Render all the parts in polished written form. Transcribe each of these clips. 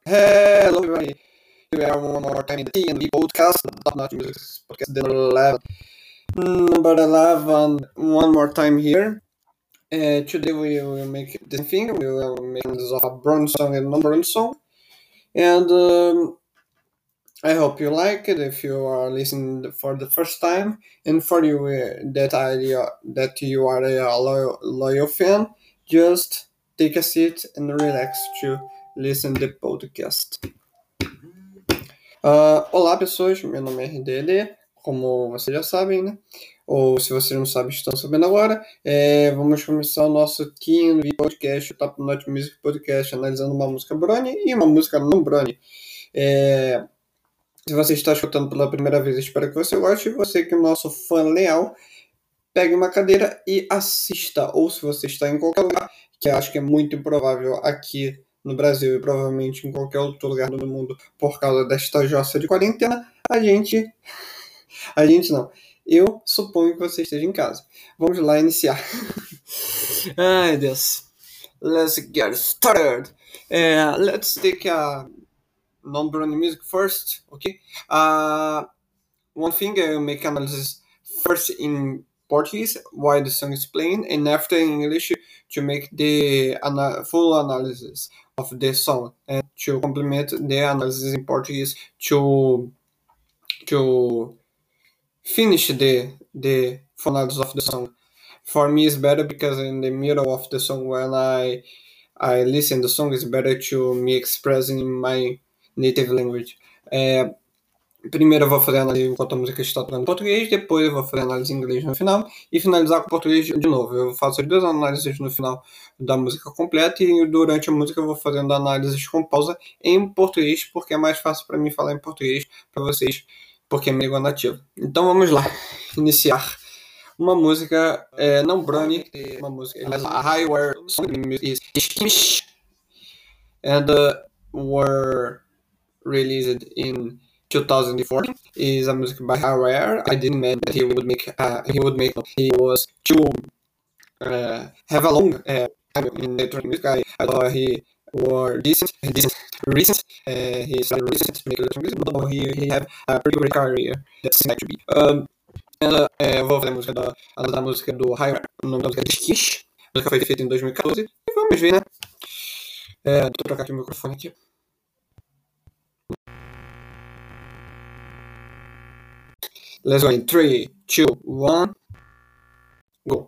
Hello, everybody. Here we are one more time in the TNV podcast, Top Notch Music Podcast number 11, one more time here. Today we will make the same thing. We will make this of a bronze song and non-bronze song. And I hope you like it if you are listening for the first time. And for you that you are a loyal fan, just take a seat and relax to listen the podcast. Olá pessoas, meu nome é RDL, como vocês já sabem, né? Ou se vocês não sabem, estão sabendo agora. Vamos começar o nosso TNV Podcast, o Top Notch Music Podcast, analisando uma música Brony e uma música não Brony. Se você está escutando pela primeira vez, espero que você goste. E você que é nosso fã leal, pegue uma cadeira e assista. Ou se você está em qualquer lugar, que eu acho que é muito improvável aqui no Brasil e provavelmente em qualquer outro lugar do mundo por causa desta jossa de quarentena, a gente não. Eu suponho que você esteja em casa. Vamos lá iniciar. Ai, Deus. Let's get started. Let's take a non-brand music first, okay? One thing, I will make analysis first in Portuguese while the song is playing, and after in English to make the full analysis of the song and to complement the analysis in Portuguese to finish the full analysis of the song. For me, it's better because in the middle of the song, when I listen the song, it's better to me expressing in my native language. Primeiro eu vou fazer a análise enquanto a música está tocando em português, depois eu vou fazer a análise em inglês no final e finalizar com português de novo. Eu faço as duas análises no final da música completa e durante a música eu vou fazendo análises com pausa em português, porque é mais fácil para mim falar em português para vocês, porque é minha língua nativa. Então vamos lá, iniciar. Uma música não Brony, uma música a Highwire song is Skimish and were released in 2014. Is a music by Highwire. I didn't mean that he was to have a long time in electronic music. I thought he was recent. He started recent to make electronic music, but he have a pretty great career. That's meant to be. Vou fazer a música do Highwire. O nome da música é Skish. A música foi feita em 2014. E vamos ver, né? Deixa eu trocar aqui o microfone aqui. Let's go in 3, 2, 1, go.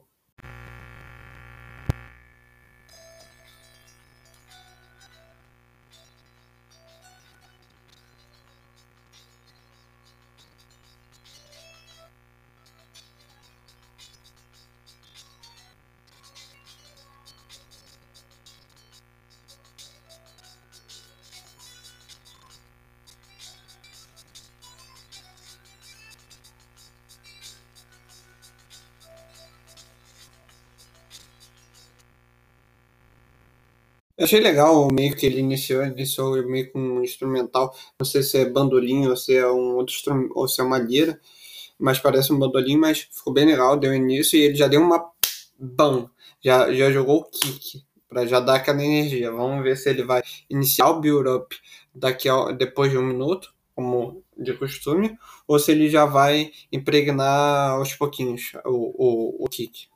Eu achei legal meio que ele iniciou meio com um instrumental, não sei se é bandolim ou se é um outro instrumento, ou se é uma lira, mas parece um bandolim, mas ficou bem legal, deu início e ele já deu uma bam, já jogou o kick, para já dar aquela energia. Vamos ver se ele vai iniciar o build-up depois de um minuto, como de costume, ou se ele já vai impregnar aos pouquinhos o kick.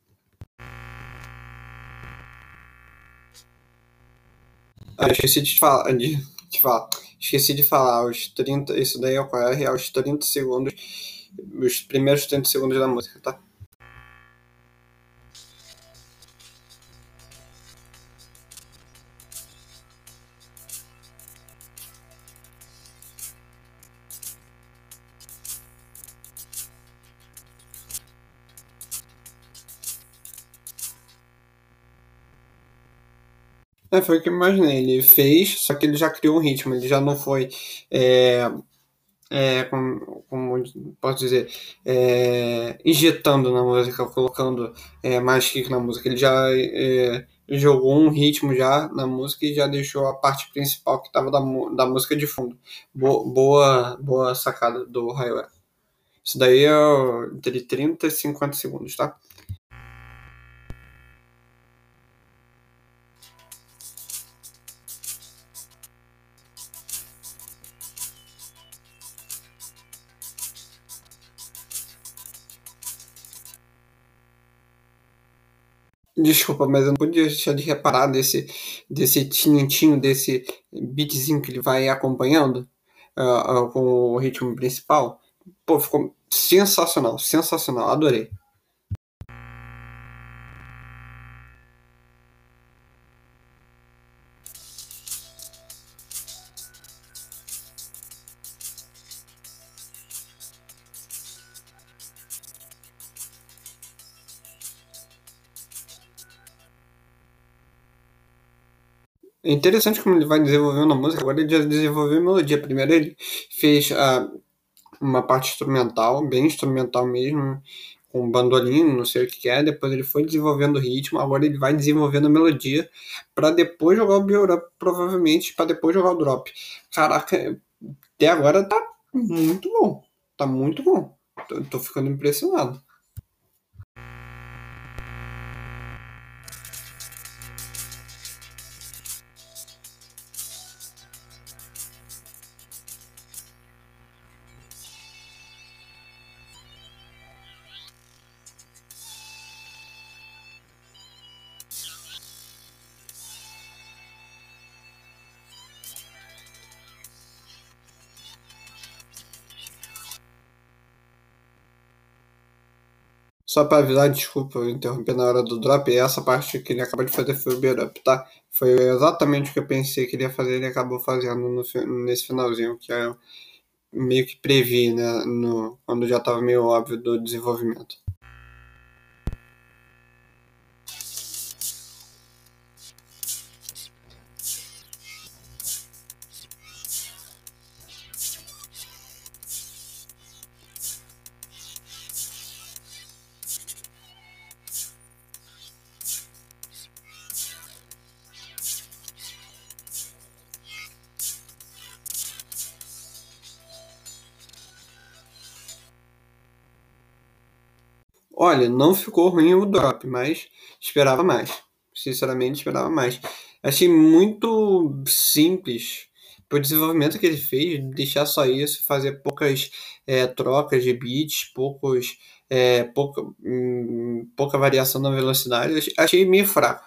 Esqueci de falar. Esqueci de falar, isso daí ocorre aos 30 segundos, os primeiros 30 segundos da música, tá? Foi o que eu imaginei. Ele fez, só que ele já criou um ritmo, ele já não foi. Como posso dizer, injetando na música, colocando mais kick na música. Ele já jogou um ritmo já na música e já deixou a parte principal que estava da música de fundo. Boa sacada do Highway. Isso daí é entre 30 e 50 segundos, tá? Desculpa, mas eu não pude deixar de reparar desse tintinho, desse beatzinho que ele vai acompanhando com o ritmo principal. Pô, ficou sensacional, sensacional, adorei. É interessante como ele vai desenvolvendo a música, agora ele já desenvolveu a melodia. Primeiro ele fez uma parte instrumental, bem instrumental mesmo, com bandolim, não sei o que é. Depois ele foi desenvolvendo o ritmo, agora ele vai desenvolvendo a melodia para depois jogar o build up, provavelmente, para depois jogar o drop. Caraca, até agora tá muito bom. Tá muito bom. Tô ficando impressionado. Só pra avisar, desculpa eu interromper na hora do drop, essa parte que ele acabou de fazer foi o build up, tá? Foi exatamente o que eu pensei que ele ia fazer, ele acabou fazendo nesse finalzinho, que eu meio que previ, né? Quando já tava meio óbvio do desenvolvimento. Olha, não ficou ruim o drop, mas esperava mais. Sinceramente, esperava mais. Achei muito simples pro desenvolvimento que ele fez, deixar só isso, fazer poucas trocas de beats, pouca variação na velocidade. Achei meio fraco.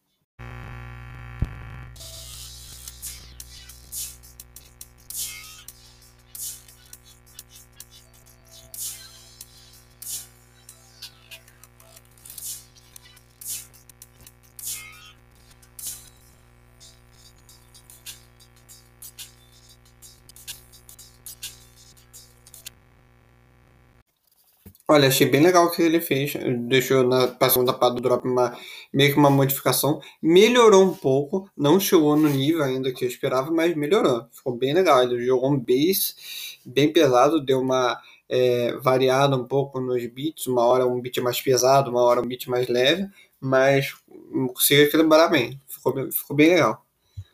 Olha, achei bem legal o que ele fez. Deixou pra segunda parte do drop meio que uma modificação. Melhorou um pouco. Não chegou no nível ainda que eu esperava, mas melhorou. Ficou bem legal. Ele jogou um bass bem pesado, deu uma variada um pouco nos beats. Uma hora um beat mais pesado, uma hora um beat mais leve. Mas conseguiu equilibrar bem. Ficou bem legal.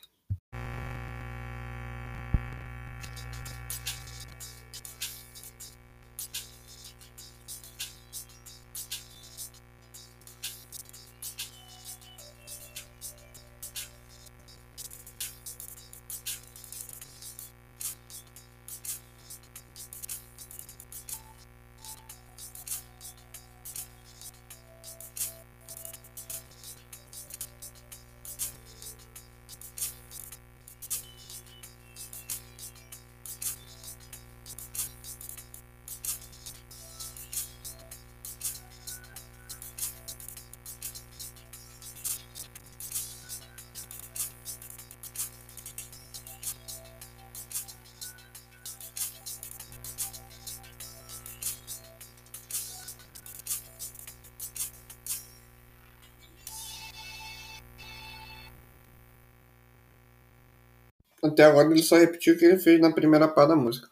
Até agora ele só repetiu o que ele fez na primeira parte da música.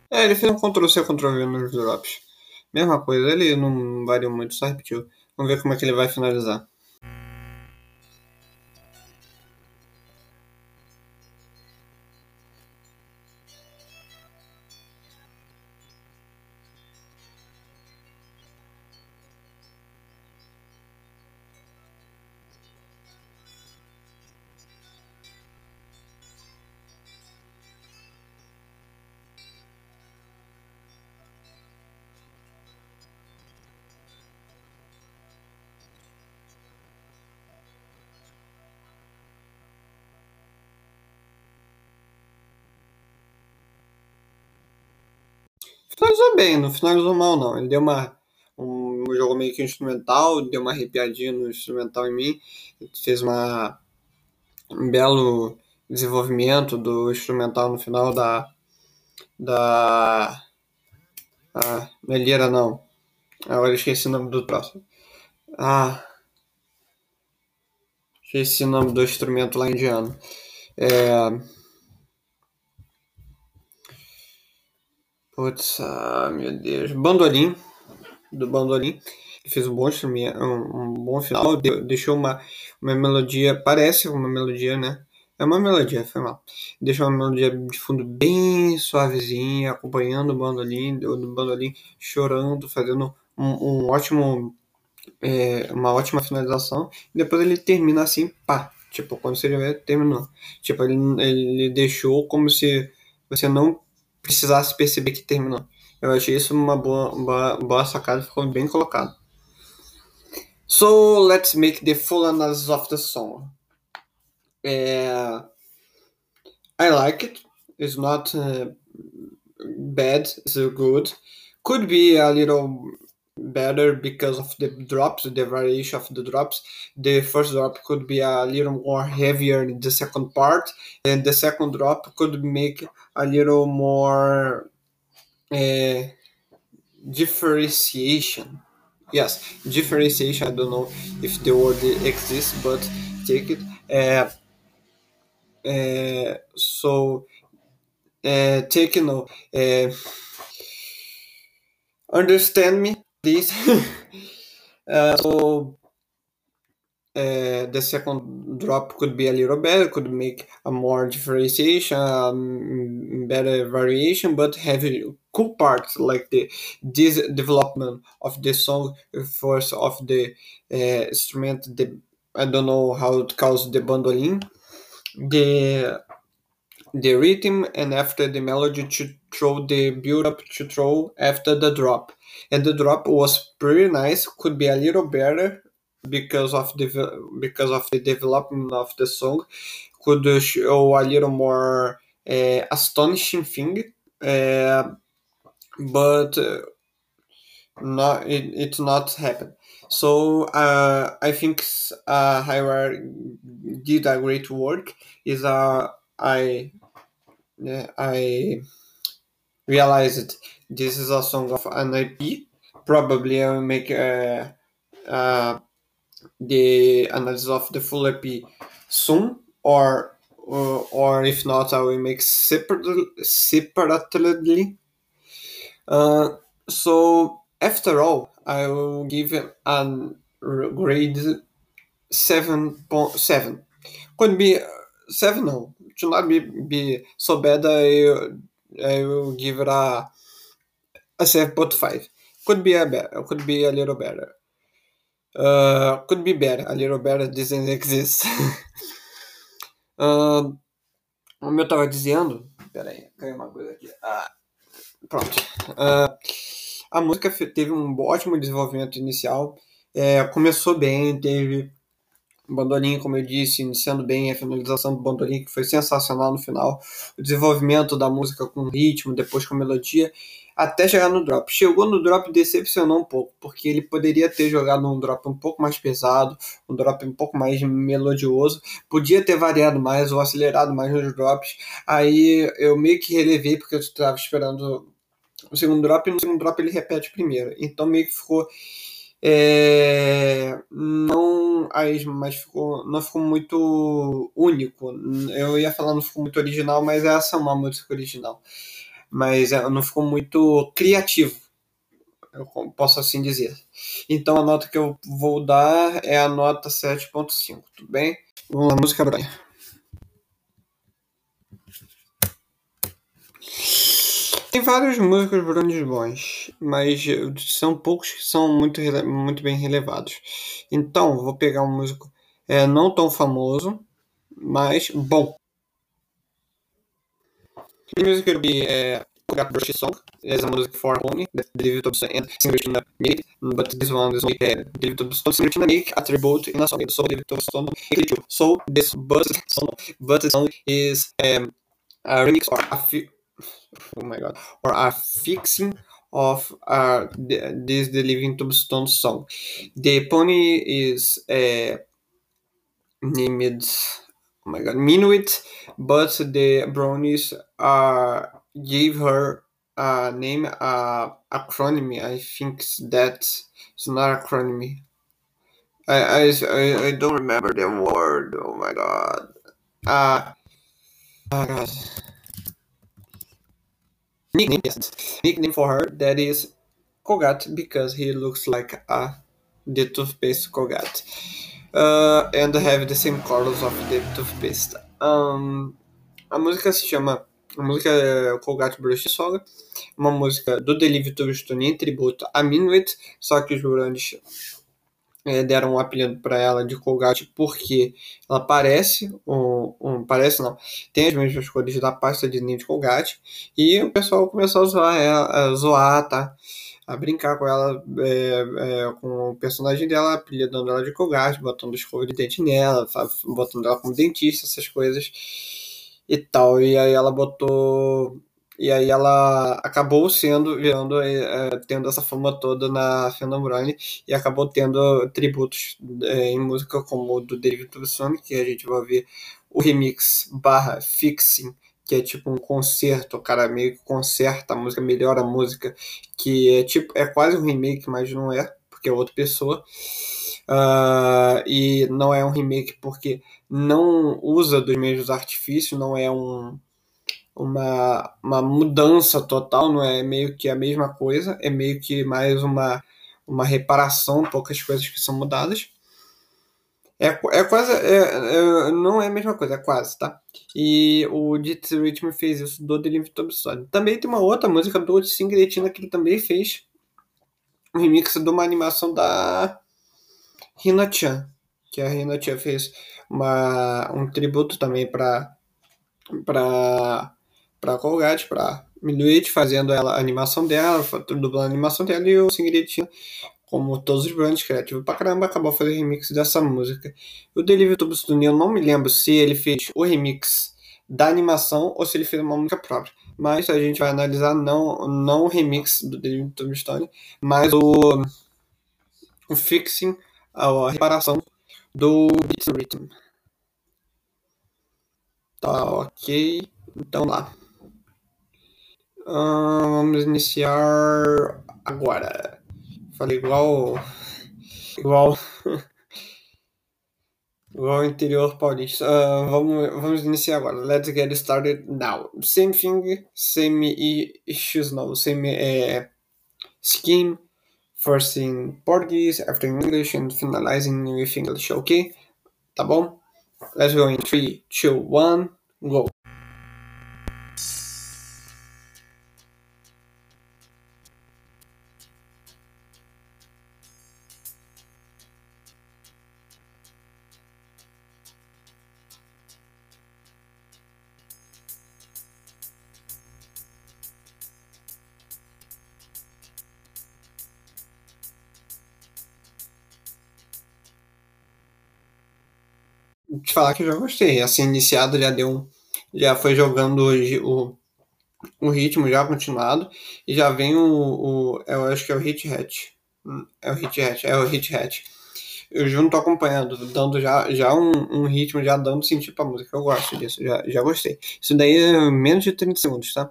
Ele fez um Ctrl-C, Ctrl-V nos drops. Mesma coisa, ele não variou muito, só repetiu. Vamos ver como é que ele vai finalizar. Finalizou bem, não finalizou mal não. Ele deu jogou meio que instrumental, deu uma arrepiadinha no instrumental em mim, fez um belo desenvolvimento do instrumental no final da Melira não. Agora eu esqueci o nome do próximo. Ah, esqueci o nome do instrumento lá indiano. Putz, meu Deus. Bandolim, do bandolim. Ele fez um bom instrumento, um bom final. Deixou uma melodia, parece uma melodia, né? É uma melodia, foi mal. Deixou uma melodia de fundo bem suavezinha, acompanhando o bandolim chorando, fazendo um ótimo, uma ótima finalização. E depois ele termina assim, pá. Tipo, quando você já vê, terminou. Tipo, ele deixou como se você não precisasse perceber que terminou. Eu achei isso uma boa sacada, ficou bem colocado. So let's make the full analysis of the song. I like it. It's not bad. It's good. Could be a little better because of the drops, the variation of the drops. The first drop could be a little more heavier in the second part, and the second drop could make a little more differentiation. Yes, differentiation. I don't know if the word exists, but take it. So take note. Understand me, please. So the second drop could be a little better, could make a more differentiation, better variation, but have cool parts like this development of the song, first of the instrument, the I don't know how it calls the bandoline, the rhythm, and after the melody to throw the build up to throw after the drop. And the drop was pretty nice, could be a little better because of the development of the song, could show a little more astonishing thing, but not it's not happened. So I think Highwire did a great work. Is I realized this is a song of an IP. Probably I will make the analysis of the full EP soon, or if not, I will make separately. So after all, I will give it a grade 7.7. Could be 7, no. Should not be so bad. I will give it a 7.5. Could be a little better. Could be better. A little better doesn't exist. Como eu estava dizendo. Pera aí, caiu uma coisa aqui. Pronto. A música teve um ótimo desenvolvimento inicial. Começou bem, teve bandolim, como eu disse, iniciando bem, a finalização do bandolim, que foi sensacional no final, o desenvolvimento da música com ritmo, depois com melodia, até chegar no drop. Chegou no drop, decepcionou um pouco, porque ele poderia ter jogado um drop um pouco mais pesado, um drop um pouco mais melodioso, podia ter variado mais ou acelerado mais nos drops. Aí eu meio que relevei, porque eu estava esperando o segundo drop, e no segundo drop ele repete o primeiro. Então meio que ficou não, não ficou muito único. Eu ia falar não ficou muito original, mas essa é uma música original. mas não ficou muito criativo, eu posso assim dizer. Então a nota que eu vou dar é a nota 7.5, tudo bem? Vamos lá, música branca. Tem vários músicos brownies bons, mas são poucos que são muito bem relevados. Então, vou pegar um músico não tão famoso, mas bom. The music will be Got Brushy Song. It's a music for Honey, that David Thompson and Singer made, but this one is only David Thompson Singer make a tribute in a song. So David Thompson make it too. So this but the song is a remix or oh my god, or a fixing of this the Living Tombstone song. The pony is named oh my god Minuit, but the brownies gave her a name acronym. I think that it's not acronym. I don't remember the word. Oh my god. Oh god. Nickname, yes. Nickname for her that is Kogat because he looks like the toothpaste Kogat. And have the same colors of the toothpaste. A música se chama. A música é Colgate Brush Soga, uma música do Delivery Tombstone em tributo a Minuit, só que os Brownies deram um apelido para ela de Colgate porque ela parece, parece não, tem as mesmas cores da pasta de dente Colgate, e o pessoal começou a zoar ela, a zoar, tá? A brincar com ela, com o personagem dela, apelidando ela de Colgate, botando escova de dente nela, botando ela como dentista, essas coisas e tal. E aí ela botou. E aí ela acabou virando, tendo essa fama toda na Fandom Brownie e acabou tendo tributos em música como o do David Thompson, que a gente vai ver o remix barra fixing, que é tipo um concerto, o cara meio que conserta a música, melhora a música, que é tipo, é quase um remake, mas não é, porque é outra pessoa. E não é um remake porque não usa dos mesmos artifícios, não é uma mudança total, não é meio que a mesma coisa, é meio que mais uma reparação, poucas coisas que são mudadas. É quase. Não é a mesma coisa, é quase, tá? E o Dit Rhythm fez isso do The Living Tombstone. Também tem uma outra música do Singretina que ele também fez um remix de uma animação da Hina-chan. Que a Hina-chan fez um tributo também pra Colgate, pra Minuit, fazendo ela, a animação dela, dublando a animação dela, e o Singretina, como todos os brands criativos pra caramba, acabou fazendo remix dessa música. O Delivery Tombstone, eu não me lembro se ele fez o remix da animação ou se ele fez uma música própria. Mas a gente vai analisar não o remix do Delivery Tombstone, mas o fixing, a reparação do Beat Rhythm. Tá, ok. Então lá. Vamos iniciar agora. Falei igual igual interior paulista. Vamos iniciar agora. Let's get started now. Same thing, same issues now. Same scheme. First in Portuguese, after in English, and finalizing with English. Ok? Tá bom? Let's go in 3, 2, 1, go. Te falar que eu já gostei. Assim, iniciado já deu já foi jogando o ritmo já continuado e já vem eu acho que é o hit hatch. É o hit hatch. Eu já não tô acompanhando, dando já um ritmo, já dando sentido pra música. Eu gosto disso, já gostei. Isso daí é menos de 30 segundos, tá?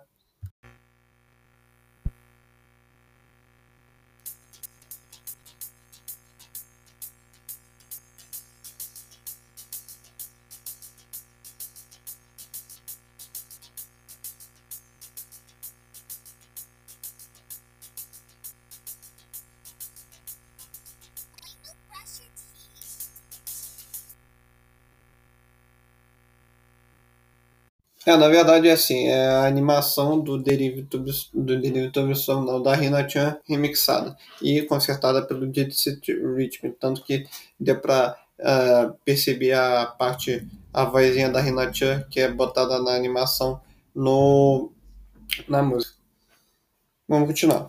Na verdade é assim, é a animação do Derivative Song, não, da Rina-chan remixada e consertada pelo Dixie Richmond, tanto que deu pra perceber a vozinha da Rina-chan que é botada na animação no, na música. Vamos continuar.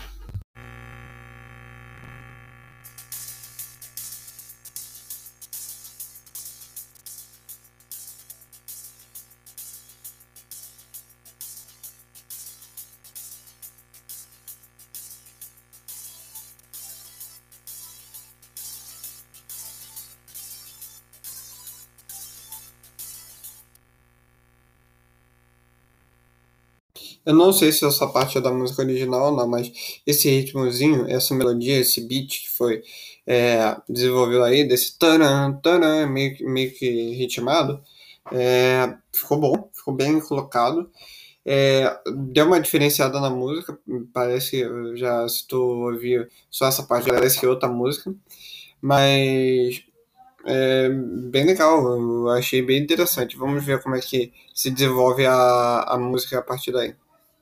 Eu não sei se essa parte é da música original ou não, mas esse ritmozinho, essa melodia, esse beat que foi desenvolvido aí, desse taran, taran, meio que ritmado, ficou bom, ficou bem colocado. Deu uma diferenciada na música, parece, já se tu ouvir só essa parte, parece que é outra música, mas bem legal, eu achei bem interessante. Vamos ver como é que se desenvolve a música a partir daí.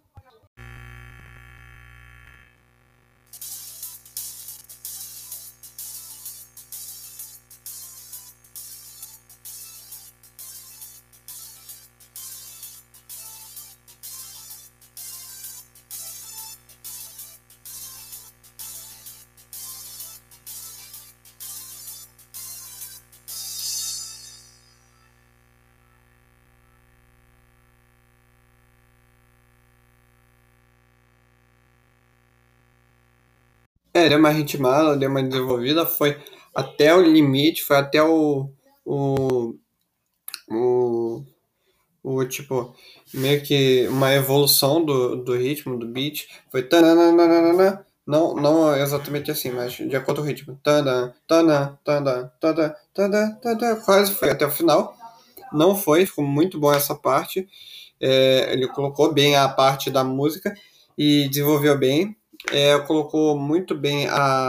Deu uma ritmada, deu uma desenvolvida, foi até o limite, foi até o, o, o tipo, meio que uma evolução do ritmo, do beat. Foi tananana, não, não exatamente assim, mas de acordo com o ritmo. Tadan, tadan, tadan, tadan, tadan, tadan, quase foi até o final. Não foi, ficou muito bom essa parte. Ele colocou bem a parte da música e desenvolveu bem. Colocou muito bem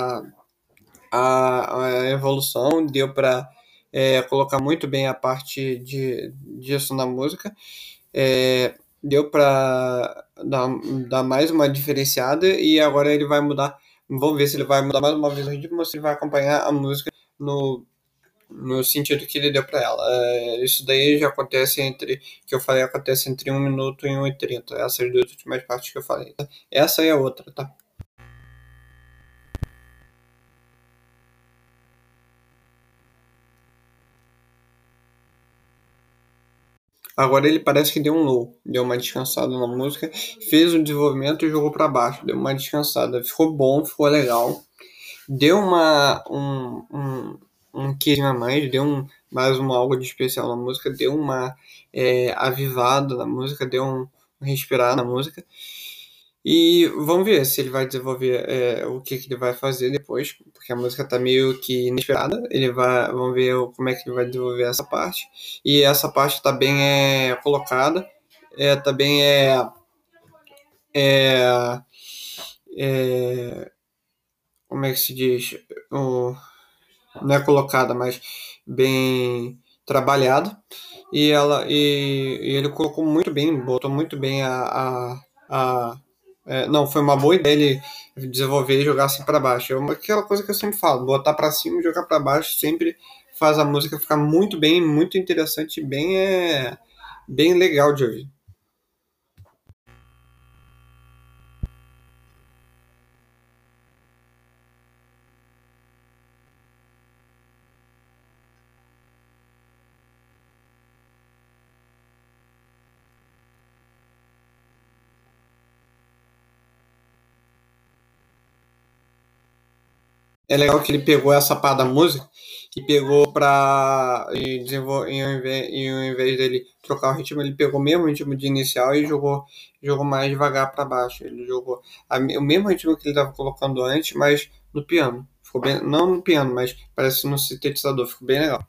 a evolução, deu para colocar muito bem a parte disso na música, deu para dar mais uma diferenciada e agora ele vai mudar. Vamos ver se ele vai mudar mais uma vez o ritmo ou se ele vai acompanhar a música no sentido que ele deu para ela. Isso daí já acontece que eu falei, acontece entre 1 minuto e 1 e 30. Essas duas últimas partes que eu falei. Tá? Essa e a outra, tá? Agora ele parece que deu um low, deu uma descansada na música, fez um desenvolvimento e jogou para baixo, deu uma descansada. Ficou bom, ficou legal. Deu um queijinho a mais, mais algo de especial na música, deu uma avivada na música, deu um respirar na música. E vamos ver se ele vai desenvolver o que, que ele vai fazer depois, porque a música tá meio que inesperada. Vamos ver como é que ele vai desenvolver essa parte. E essa parte tá bem colocada, tá bem é, é, como é que se diz? Não é colocada, mas bem trabalhada. E ele colocou muito bem, botou muito bem não, foi uma boa ideia ele desenvolver e jogar assim para baixo. Aquela coisa que eu sempre falo, botar para cima e jogar para baixo sempre faz a música ficar muito bem, muito interessante, bem legal de ouvir. É legal que ele pegou essa pá da música e pegou pra. E, desenvol... e ao invés dele trocar o ritmo, ele pegou o mesmo ritmo de inicial e jogou mais devagar para baixo. Ele jogou o mesmo ritmo que ele estava colocando antes, mas no piano. Ficou bem. Não no piano, mas parece no sintetizador. Ficou bem legal.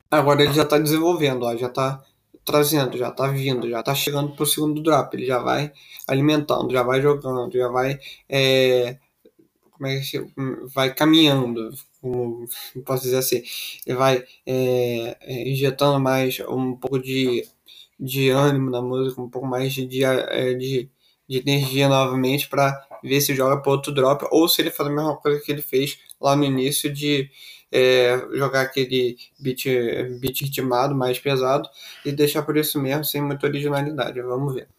Agora ele já está desenvolvendo, ó, já está trazendo, já está vindo, já está chegando pro segundo drop. Ele já vai alimentando, já vai jogando, já vai. Como é que vai caminhando, como posso dizer assim, ele vai injetando mais um pouco de ânimo na música, um pouco mais de energia novamente para ver se joga para outro drop ou se ele faz a mesma coisa que ele fez lá no início de jogar aquele beat ritmado mais pesado e deixar por isso mesmo sem muita originalidade. Vamos ver.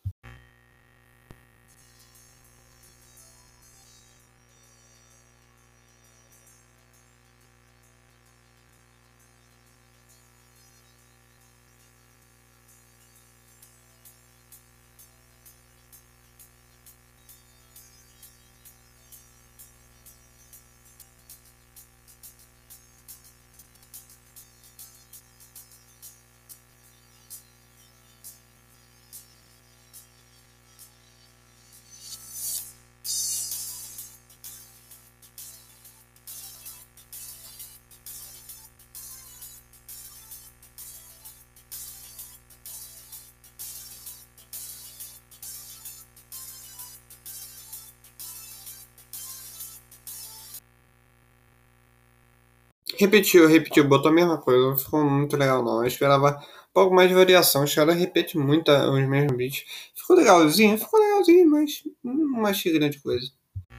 Repetiu, botou a mesma coisa, não ficou muito legal não. Eu esperava um pouco mais de variação, os caras repetem muito os mesmos beats. Ficou legalzinho, mas não achei grande coisa.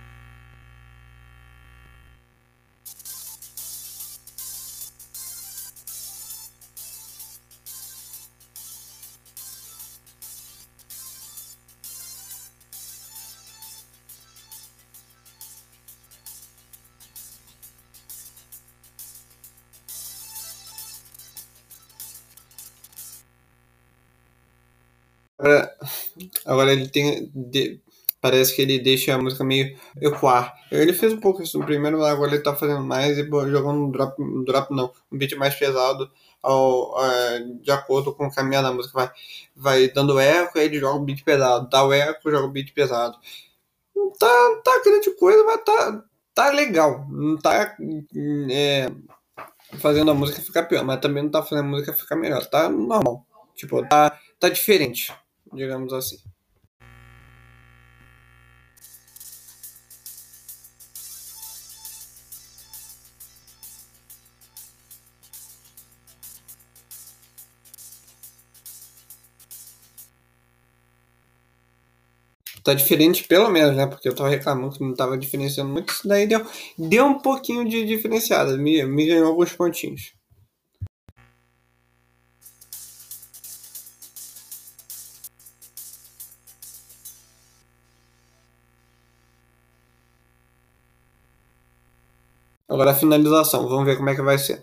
Agora, agora ele parece que ele deixa a música meio ecoar. Ele fez um pouco isso no primeiro, mas agora ele tá fazendo mais e pô, jogando um drop não, um beat mais pesado de acordo com o caminhar da música. Vai dando eco, aí ele joga o beat pesado, dá o eco, joga o beat pesado. Não tá grande coisa, mas tá legal. Não tá fazendo a música ficar pior, mas também não tá fazendo a música ficar melhor. Tá normal. Tipo, tá diferente, digamos assim. Tá diferente pelo menos, né? Porque eu tava reclamando que não tava diferenciando muito. Isso daí deu um pouquinho de diferenciada. Me ganhou alguns pontinhos. Agora a finalização. Vamos ver como é que vai ser.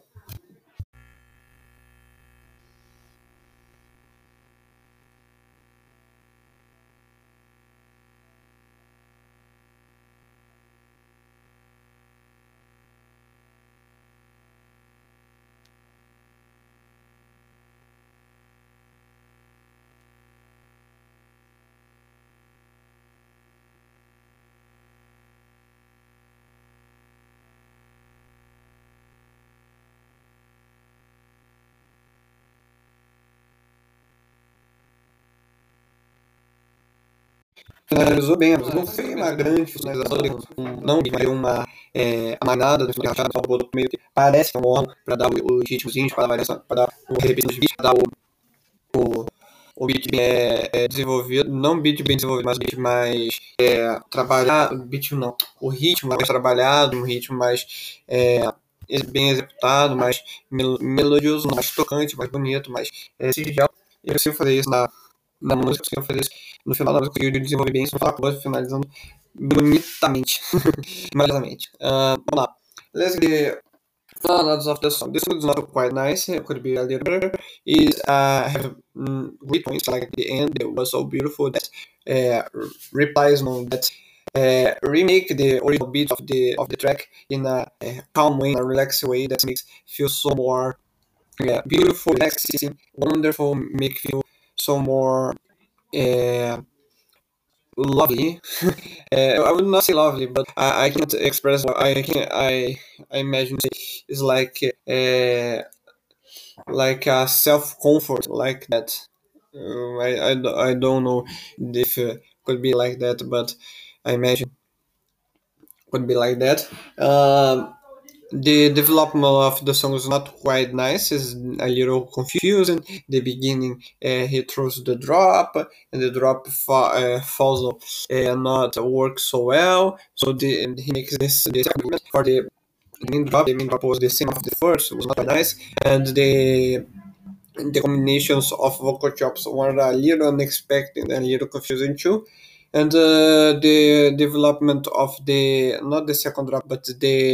Finalizou bem, não foi uma grande finalização, não deu uma amanada do encaixado, só botou meio que parece que é um órgão para dar os ritmozinhos, para dar variação, para dar o repetir os beats, para dar o, o beat bem desenvolvido, não o beat bem desenvolvido, mas o beat mais trabalhado, o beat não, o ritmo mais trabalhado, um ritmo mais bem executado, mais melodioso, mais tocante, mais bonito, mais singelo. Eu consigo fazer isso na música, eu consigo fazer isso no final da música, eu consigo desenvolver bem isso no final, finalizando bonitamente, maravilhosamente. Vamos lá. Let's get Ballads of the Song. This was not quite nice. It could be a little better. Is have great points like the end. It was so beautiful that replies on that remake the original beat of the track in a calm way, in a relaxed way that makes feel so more beautiful, relaxing, wonderful, make feel so more uh, lovely. I would not say lovely, but I can't express. I can I imagine it's like like a self comfort like that. I don't know if could be like that, but I imagine could be like that. The development of the song is not quite nice. It's a little confusing. The beginning, he throws the drop, and the drop falls not work so well. So he makes this argument for the main drop. The main drop was the same of the first. It was not quite nice, and the combinations of vocal chops were a little unexpected and a little confusing too. And the development of the not the second drop, but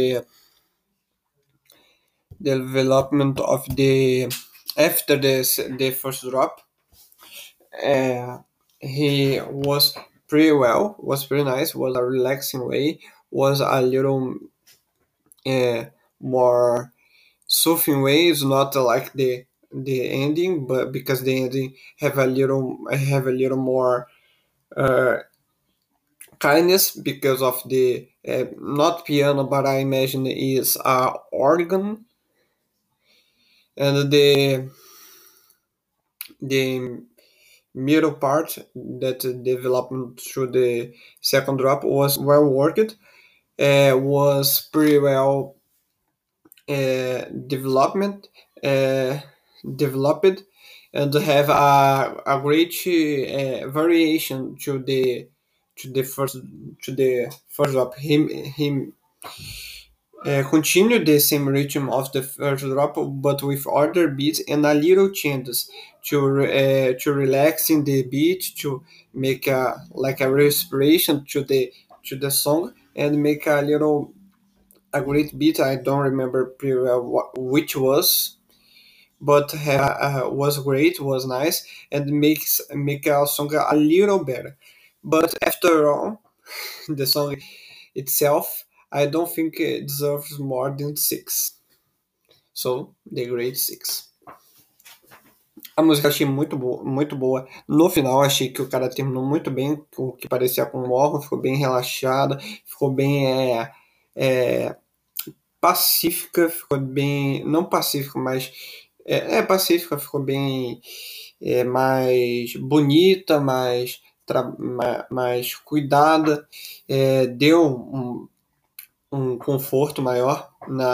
the development of the after the first drop, uh, he was pretty well, was pretty nice, was a relaxing way, was a little uh, more soothing way. It's not like the ending, but because the ending have a little more uh, kindness because of the not piano, but I imagine is organ, and the middle part that development through the second drop was well worked, was pretty well development uh, developed, and have a great variation to the first to the first drop. Him continue the same rhythm of the first drop, but with other beats and a little changes to relaxing the beat, to make a like a respiration to the song, and make a great beat. I don't remember pretty well which was, but was great, was nice, and make our song a little better. But after all, the song itself, I don't think it deserves more than six. So, the grade six. A música eu achei muito boa, muito boa. No final, achei que o cara terminou muito bem, o que parecia com um órgão, ficou bem relaxada, ficou bem é, pacífica, ficou bem. Não pacífica, mas. Pacífica, ficou bem mais bonita, mais cuidada, deu um conforto maior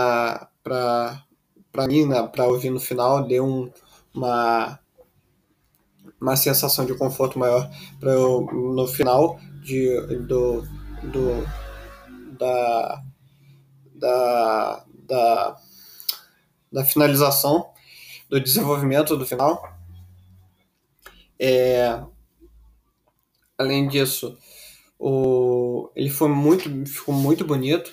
para mim, para ouvir no final, deu uma, uma sensação de conforto maior para eu no final do da, da, da finalização do desenvolvimento do final. Além disso, ele ficou muito bonito.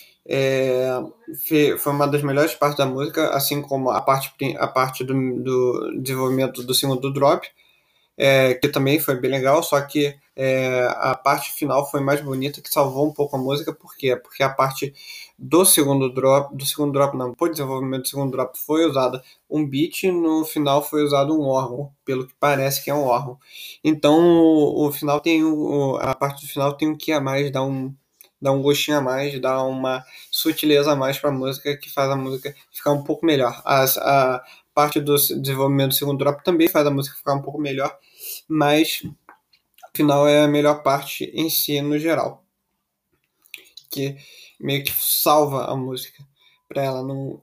Foi uma das melhores partes da música, assim como a parte do desenvolvimento do segundo drop, que também foi bem legal, só que a parte final foi mais bonita, que salvou um pouco a música. Por quê? Porque a parte do segundo drop não, por desenvolvimento do segundo drop foi usada um beat, no final foi usado um órgão, pelo que parece que é um órgão. Então o final tem a parte do final tem um que a mais, dá um gostinho a mais, dá uma sutileza a mais para a música, que faz a música ficar um pouco melhor. A parte do desenvolvimento do segundo drop também faz a música ficar um pouco melhor, mas o final é a melhor parte em si, no geral, que meio que salva a música para ela não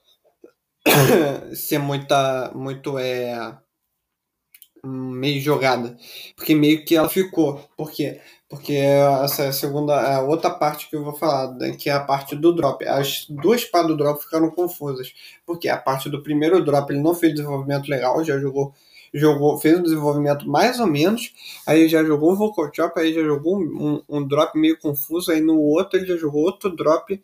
ser muito meio jogada, porque meio que ela ficou. Por quê? Porque essa segunda, a outra parte que eu vou falar, né, que é a parte do drop. As duas partes do drop ficaram confusas, porque a parte do primeiro drop ele não fez desenvolvimento legal, já fez um desenvolvimento mais ou menos, aí já jogou um vocal chop, aí já jogou um drop meio confuso, aí no outro ele já jogou outro drop,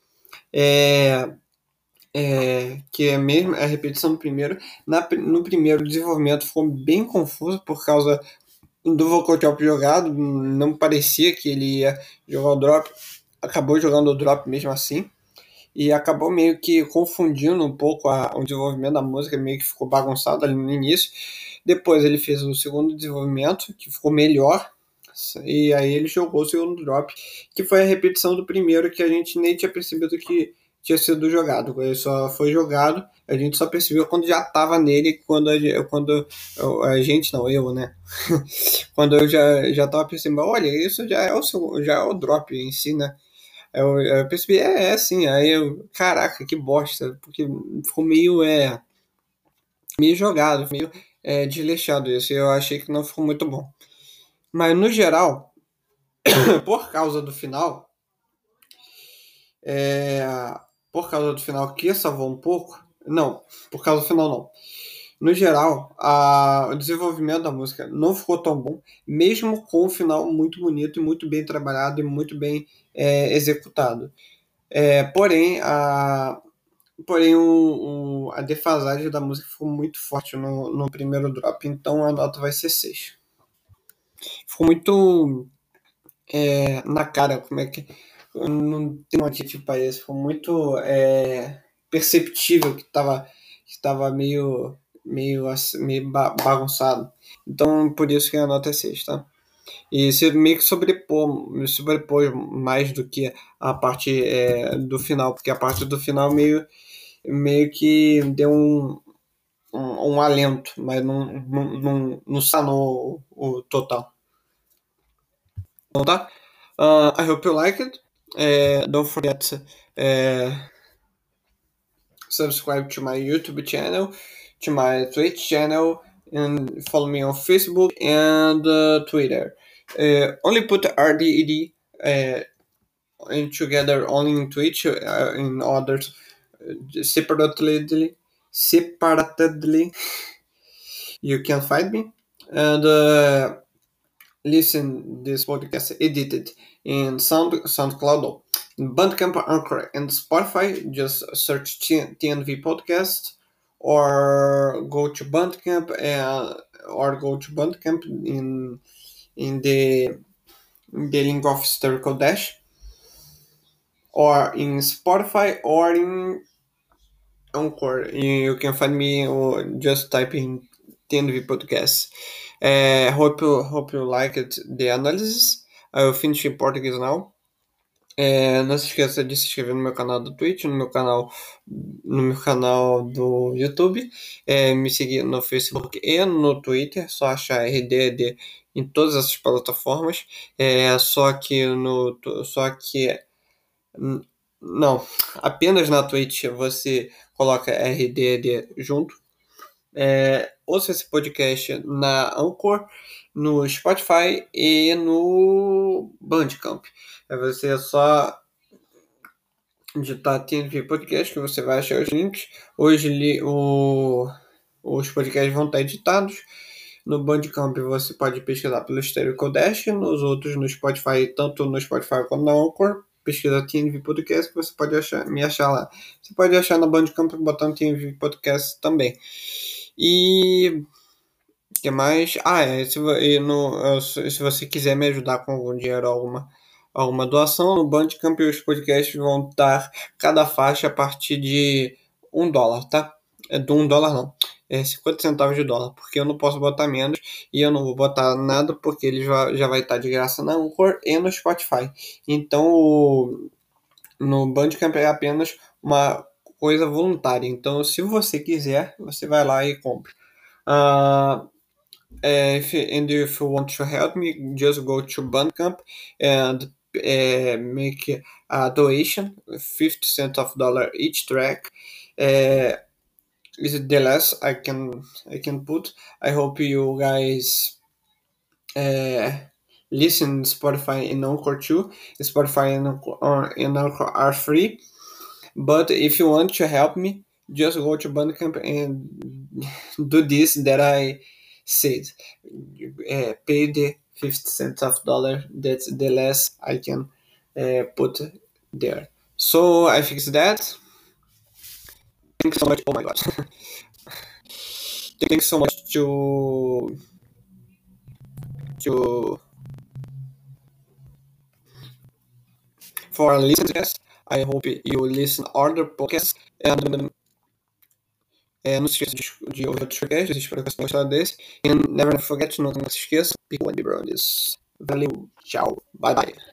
que é mesmo a repetição do primeiro. No primeiro, o desenvolvimento ficou bem confuso por causa do vocal chop jogado, não parecia que ele ia jogar o drop, acabou jogando o drop mesmo assim, e acabou meio que confundindo um pouco o desenvolvimento da música, meio que ficou bagunçado ali no início. Depois ele fez o segundo desenvolvimento, que ficou melhor, e aí ele jogou o segundo drop, que foi a repetição do primeiro, que a gente nem tinha percebido tinha sido jogado. Ele só foi jogado, a gente só percebeu quando já estava nele, a gente, não, eu, né? Quando eu já tava percebendo, olha, isso já é o drop em si, né? Eu percebi, sim. Aí eu, caraca, que bosta, porque ficou meio jogado, meio desleixado isso. Eu achei que não ficou muito bom. Mas no geral, por causa do final, é, por causa do final que salvou um pouco, não, por causa do final não. No geral, o desenvolvimento da música não ficou tão bom, mesmo com o final muito bonito e muito bem trabalhado e muito bem executado. Porém, a defasagem da música ficou muito forte no primeiro drop, então a nota vai ser 6. Ficou muito na cara, como é que. Não tem um adjetivo para isso, ficou muito perceptível que tava meio bagunçado. Então, por isso que a nota é 6, tá? E se meio que sobrepôs mais do que a parte do final, porque a parte do final meio que deu um alento, mas não sanou o total. Então tá? I hope you like it. Don't forget to subscribe to my YouTube channel, to my Twitch channel, and follow me on Facebook and Twitter. Only put RDED in together only in Twitch, in others separately. You can find me and listen this podcast edited in SoundCloud, Bandcamp, Anchor, and Spotify. Just search TNV Podcast, or go to Bandcamp in the link of Historical Dash, or in Spotify, or in Anchor. You can find me, or just type in TNV Podcast. Hope you liked the analysis. I will finish in Portuguese now. Não se esqueça de se inscrever no meu canal do Twitch, no meu canal do YouTube, me seguir no Facebook e no Twitter, só achar RDD em todas essas plataformas. Não, apenas na Twitch você coloca RDD junto. Ouça esse podcast na Anchor, no Spotify e no Bandcamp. Você só digitar TNV Podcast que você vai achar os links. Hoje os podcasts vão estar editados. No Bandcamp você pode pesquisar pelo Stereo Kodash, nos outros no Spotify, tanto no Spotify quanto na Anchor, pesquisa TNV Podcast que você pode me achar lá. Você pode achar na Bandcamp botando TNV Podcast também. E o que mais? Se você quiser me ajudar com algum dinheiro, alguma doação, no Bandcamp os podcasts vão estar cada faixa a partir de $1, tá? De $1 não, 50 centavos de dólar, porque eu não posso botar menos e eu não vou botar nada porque ele já vai estar de graça na Anchor e no Spotify. Então no Bandcamp é apenas uma coisa voluntária. Então se você quiser, você vai lá e compra. If you want to help me, just go to Bandcamp and make a donation, 50 cents of dollar each track. Is the less I can put. I hope you guys listen Spotify and Anchor too. Spotify and Anchor are free, but if you want to help me, just go to Bandcamp and do this that I said. Pay the 50 cents of dollar. That's the less I can put there. So I fixed that. Thanks so much. Oh my god. Thanks so much for listening. I hope you listen other podcasts. Não se esqueça de ouvir outros podcasts. Espero que você tenha gostado desse. And never forget, não se esqueça. Pick one, bro. Valeu. Tchau. Bye bye.